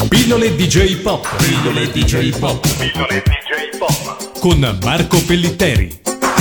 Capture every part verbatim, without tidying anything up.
Pillole D J Pop. Pillole D J Pop. Pillole D J Pop. Con Marco Pellitteri.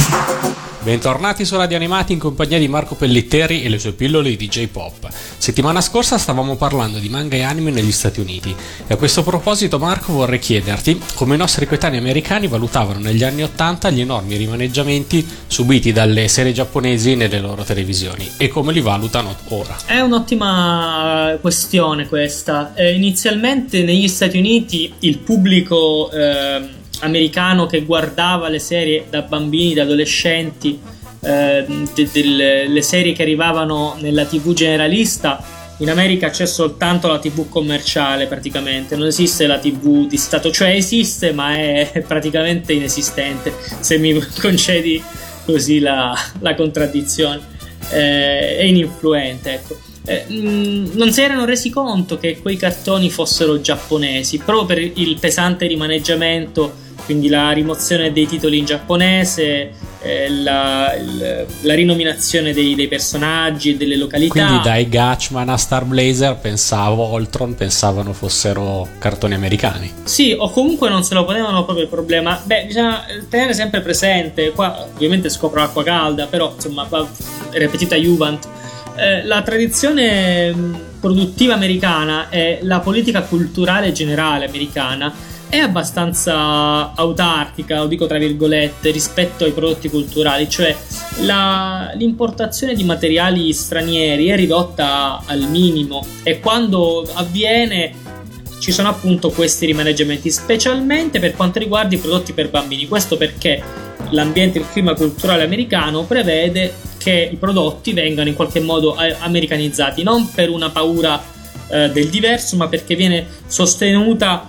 Bentornati su Radio Animati in compagnia di Marco Pellitteri e le sue pillole di D J Pop. Settimana scorsa stavamo parlando di manga e anime negli Stati Uniti e a questo proposito, Marco, vorrei chiederti come i nostri coetanei americani valutavano negli anni ottanta gli enormi rimaneggiamenti subiti dalle serie giapponesi nelle loro televisioni e come li valutano ora. È un'ottima questione questa. Eh, inizialmente negli Stati Uniti il pubblico eh, americano che guardava le serie da bambini, da adolescenti, eh, de- de- le serie che arrivavano nella tivù generalista, in America c'è soltanto la tivù commerciale praticamente, non esiste la tivù di Stato, cioè esiste ma è praticamente inesistente, se mi concedi così la, la contraddizione, eh, è ininfluente, ecco. Eh, mh, non si erano resi conto che quei cartoni fossero giapponesi proprio per il pesante rimaneggiamento, quindi la rimozione dei titoli in giapponese, eh, la, il, la rinominazione dei, dei personaggi e delle località. Quindi dai Gatchman a Star Blazer pensavo Voltron pensavano fossero cartoni americani. Sì, o comunque non se lo ponevano proprio il problema. Beh, bisogna tenere sempre presente, qua ovviamente scopro l'acqua calda, però insomma repetita Juvent, eh, la tradizione produttiva americana e la politica culturale generale americana è abbastanza autarchica, lo dico tra virgolette, rispetto ai prodotti culturali, cioè la, l'importazione di materiali stranieri è ridotta al minimo e quando avviene ci sono appunto questi rimaneggiamenti, specialmente per quanto riguarda i prodotti per bambini. Questo perché l'ambiente, il clima culturale americano prevede che i prodotti vengano in qualche modo americanizzati, non per una paura eh, del diverso, ma perché viene sostenuta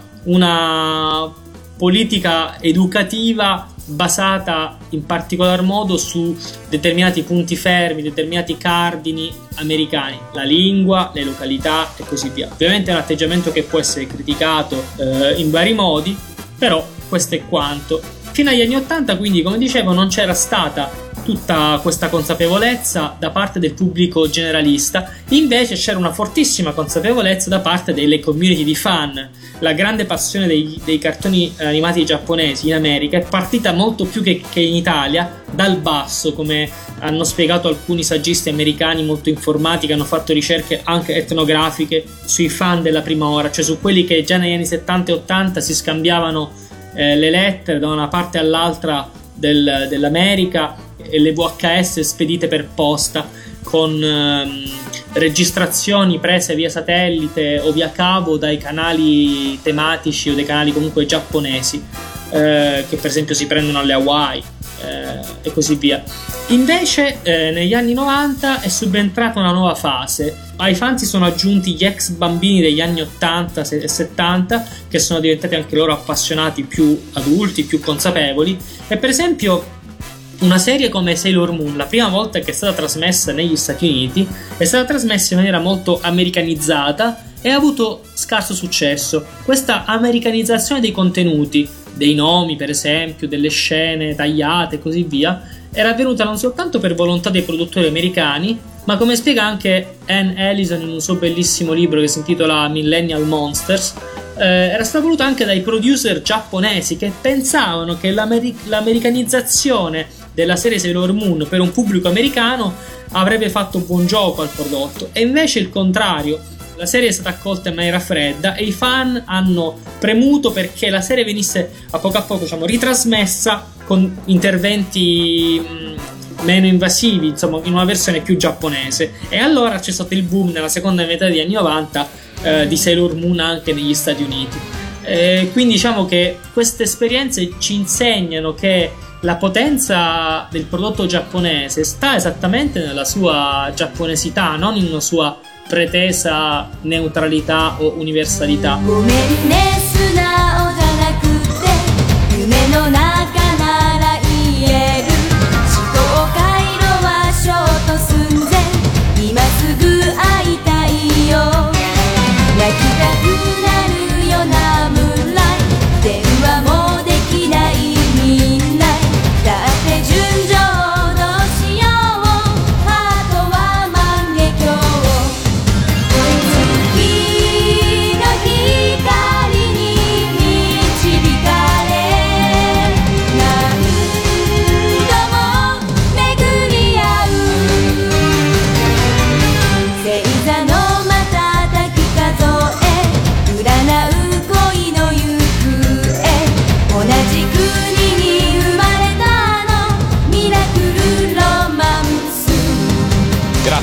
una politica educativa basata in particolar modo su determinati punti fermi, determinati cardini americani, la lingua, le località e così via. Ovviamente è un atteggiamento che può essere criticato eh, in vari modi, però questo è quanto. Fino agli anni ottanta, quindi, come dicevo, non c'era stata tutta questa consapevolezza da parte del pubblico generalista, invece c'era una fortissima consapevolezza da parte delle community di fan. La grande passione dei, dei cartoni animati giapponesi in America è partita molto più che, che in Italia dal basso, come hanno spiegato alcuni saggisti americani molto informati che hanno fatto ricerche anche etnografiche sui fan della prima ora, cioè su quelli che già negli anni settanta e ottanta si scambiavano eh, le lettere da una parte all'altra del, dell'America e le V H S spedite per posta con ehm, registrazioni prese via satellite o via cavo dai canali tematici o dei canali comunque giapponesi eh, che per esempio si prendono alle Hawaii eh, e così via. Invece eh, negli anni novanta è subentrata una nuova fase. Ai fan si sono aggiunti gli ex bambini degli anni ottanta e settanta che sono diventati anche loro appassionati, più adulti, più consapevoli, e per esempio una serie come Sailor Moon, la prima volta che è stata trasmessa negli Stati Uniti, è stata trasmessa in maniera molto americanizzata e ha avuto scarso successo. Questa americanizzazione dei contenuti, dei nomi per esempio, delle scene tagliate e così via, era avvenuta non soltanto per volontà dei produttori americani, ma come spiega anche Anne Ellison in un suo bellissimo libro che si intitola Millennial Monsters, eh, era stata voluta anche dai producer giapponesi che pensavano che l'ameri- l'americanizzazione della serie Sailor Moon per un pubblico americano avrebbe fatto buon gioco al prodotto, e invece il contrario. La serie è stata accolta in maniera fredda e i fan hanno premuto perché la serie venisse a poco a poco, diciamo, ritrasmessa con interventi mh, meno invasivi, insomma in una versione più giapponese, e allora c'è stato il boom nella seconda metà degli anni novanta eh, di Sailor Moon anche negli Stati Uniti. Eh, quindi diciamo che queste esperienze ci insegnano che la potenza del prodotto giapponese sta esattamente nella sua giapponesità, non in una sua pretesa neutralità o universalità. Hikaru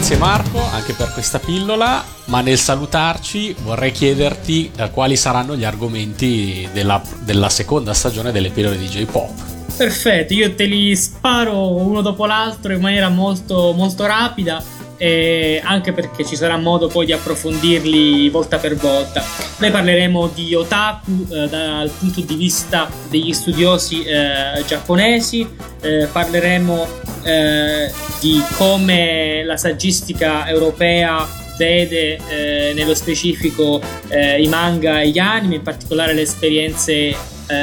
Grazie Marco anche per questa pillola, ma nel salutarci vorrei chiederti eh, quali saranno gli argomenti della, della seconda stagione delle pillole di J-Pop. Perfetto, io te li sparo uno dopo l'altro in maniera molto, molto rapida, e anche perché ci sarà modo poi di approfondirli volta per volta. Noi parleremo di otaku eh, dal punto di vista degli studiosi eh, giapponesi, eh, parleremo eh, di come la saggistica europea vede eh, nello specifico eh, i manga e gli anime, in particolare le esperienze eh,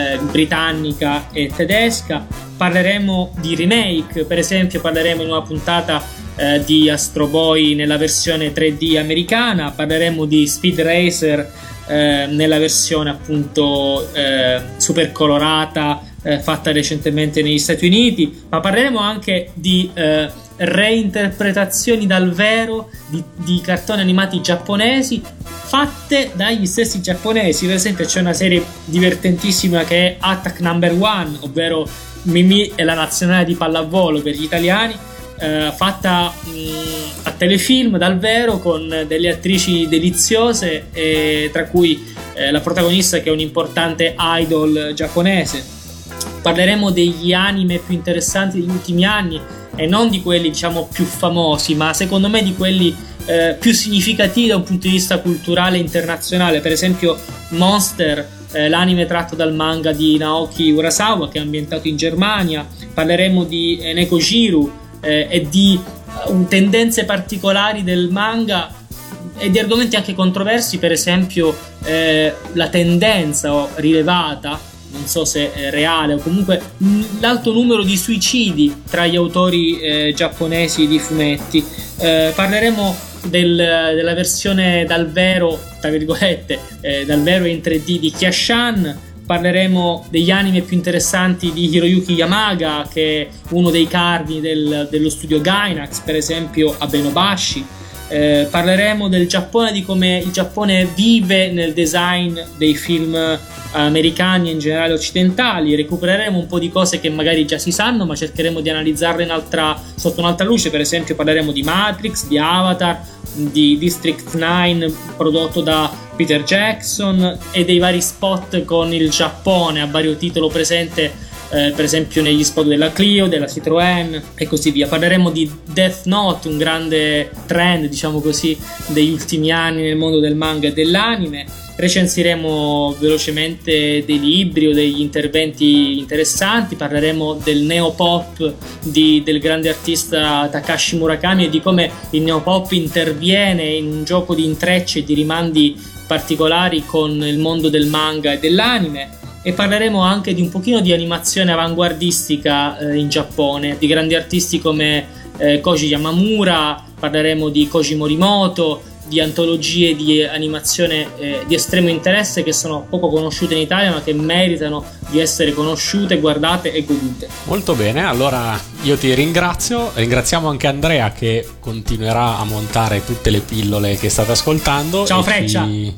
britannica e tedesca. Parleremo di remake, per esempio parleremo in una puntata eh, di Astro Boy nella versione tre D americana, parleremo di Speed Racer eh, nella versione appunto eh, super colorata eh, fatta recentemente negli Stati Uniti, ma parleremo anche di eh, reinterpretazioni dal vero di, di cartoni animati giapponesi fatte dagli stessi giapponesi. Per esempio c'è una serie divertentissima che è Attack Number One, ovvero Mimì e la nazionale di pallavolo per gli italiani, eh, fatta mh, a telefilm dal vero con delle attrici deliziose, eh, tra cui eh, la protagonista che è un importante idol giapponese. Parleremo degli anime più interessanti degli ultimi anni e non di quelli diciamo più famosi, ma secondo me di quelli eh, più significativi da un punto di vista culturale internazionale. Per esempio Monster, eh, l'anime tratto dal manga di Naoki Urasawa che è ambientato in Germania. Parleremo di eh, Nekojiro eh, e di uh, tendenze particolari del manga e di argomenti anche controversi, per esempio eh, la tendenza rilevata, non so se è reale, o comunque l'alto numero di suicidi tra gli autori eh, giapponesi di fumetti. Eh, parleremo del, della versione dal vero, tra virgolette, eh, dal vero in tre D di Kyashan. Parleremo degli anime più interessanti di Hiroyuki Yamaga, che è uno dei cardini del, dello studio Gainax, per esempio Abenobashi. Eh, parleremo del Giappone, di come il Giappone vive nel design dei film americani e in generale occidentali. Recupereremo un po' di cose che magari già si sanno, ma cercheremo di analizzarle in altra, sotto un'altra luce. Per esempio parleremo di Matrix, di Avatar, di District nove prodotto da Peter Jackson e dei vari spot con il Giappone a vario titolo presente, eh, per esempio negli spot della Clio, della Citroën e così via. Parleremo di Death Note, un grande trend diciamo così degli ultimi anni nel mondo del manga e dell'anime. Recensiremo velocemente dei libri o degli interventi interessanti. Parleremo del neopop di, del grande artista Takashi Murakami e di come il neopop interviene in un gioco di intrecci e di rimandi particolari con il mondo del manga e dell'anime. E parleremo anche di un pochino di animazione avanguardistica eh, in Giappone, di grandi artisti come eh, Koji Yamamura. Parleremo di Koji Morimoto, di antologie di animazione eh, di estremo interesse che sono poco conosciute in Italia ma che meritano di essere conosciute, guardate e godute. Molto bene, allora io ti ringrazio, ringraziamo anche Andrea che continuerà a montare tutte le pillole che state ascoltando. Ciao e Freccia! Ci,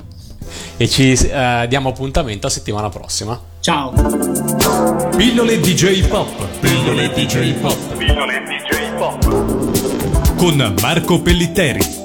e ci eh, diamo appuntamento a settimana prossima. Ciao! Pillole di J-Pop. Pillole di J-Pop. Pillole di J-Pop. Con Marco Pellitteri.